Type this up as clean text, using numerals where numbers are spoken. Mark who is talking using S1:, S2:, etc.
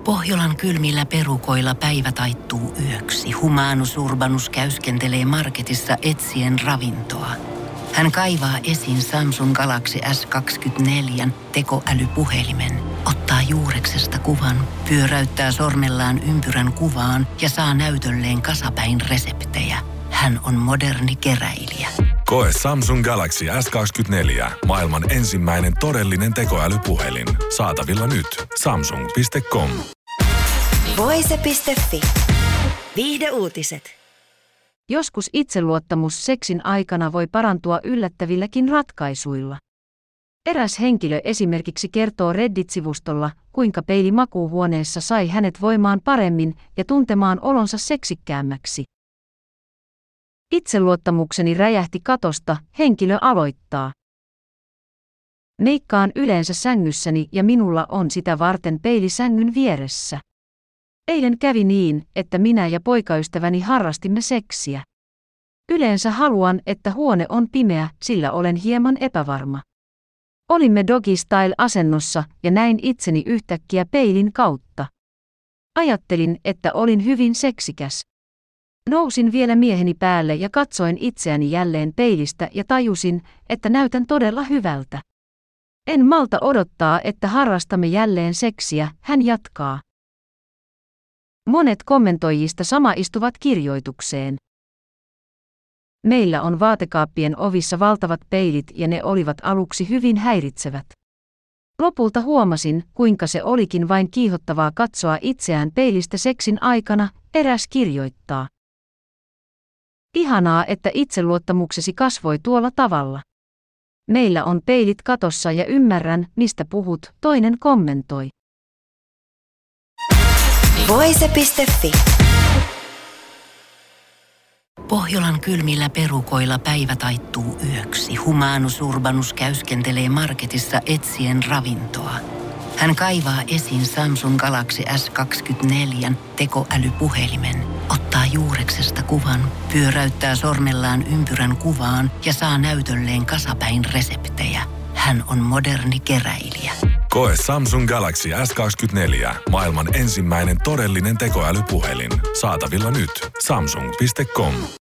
S1: Pohjolan kylmillä perukoilla päivä taittuu yöksi. Humanus Urbanus käyskentelee marketissa etsien ravintoa. Hän kaivaa esiin Samsung Galaxy S24 tekoälypuhelimen, ottaa juureksesta kuvan, pyöräyttää sormellaan ympyrän kuvaan ja saa näytölleen kasapäin reseptejä. Hän on moderni keräilijä.
S2: Koe Samsung Galaxy S24. Maailman ensimmäinen todellinen tekoälypuhelin. Saatavilla nyt. Samsung.com.
S3: Voise.fi. Viihdeuutiset.
S4: Joskus itseluottamus seksin aikana voi parantua yllättävilläkin ratkaisuilla. Eräs henkilö esimerkiksi kertoo Reddit-sivustolla, kuinka peili makuuhuoneessa sai hänet voimaan paremmin ja tuntemaan olonsa seksikkäämmäksi. Itseluottamukseni räjähti katosta, henkilö aloittaa. Meikkaan yleensä sängyssäni ja minulla on sitä varten peili sängyn vieressä. Eilen kävi niin, että minä ja poikaystäväni harrastimme seksiä. Yleensä haluan, että huone on pimeä, sillä olen hieman epävarma. Olimme doggy style-asennossa ja näin itseni yhtäkkiä peilin kautta. Ajattelin, että olin hyvin seksikäs. Nousin vielä mieheni päälle ja katsoin itseäni jälleen peilistä ja tajusin, että näytän todella hyvältä. En malta odottaa, että harrastamme jälleen seksiä, hän jatkaa. Monet kommentoijista samaistuvat kirjoitukseen. Meillä on vaatekaappien ovissa valtavat peilit ja ne olivat aluksi hyvin häiritsevät. Lopulta huomasin, kuinka se olikin vain kiihottavaa katsoa itseään peilistä seksin aikana, eräs kirjoittaa. Ihanaa, että itseluottamuksesi kasvoi tuolla tavalla. Meillä on peilit katossa ja ymmärrän, mistä puhut, toinen kommentoi.
S3: Voise.fi.
S1: Pohjolan kylmillä perukoilla päivä taittuu yöksi. Humanus Urbanus käyskentelee marketissa etsien ravintoa. Hän kaivaa esiin Samsung Galaxy S24 tekoälypuhelimen, ottaa juureksesta kuvan, pyöräyttää sormellaan ympyrän kuvaan ja saa näytölleen kasapäin reseptejä. Hän on moderni keräilijä.
S2: Koe Samsung Galaxy S24. Maailman ensimmäinen todellinen tekoälypuhelin. Saatavilla nyt. Samsung.com.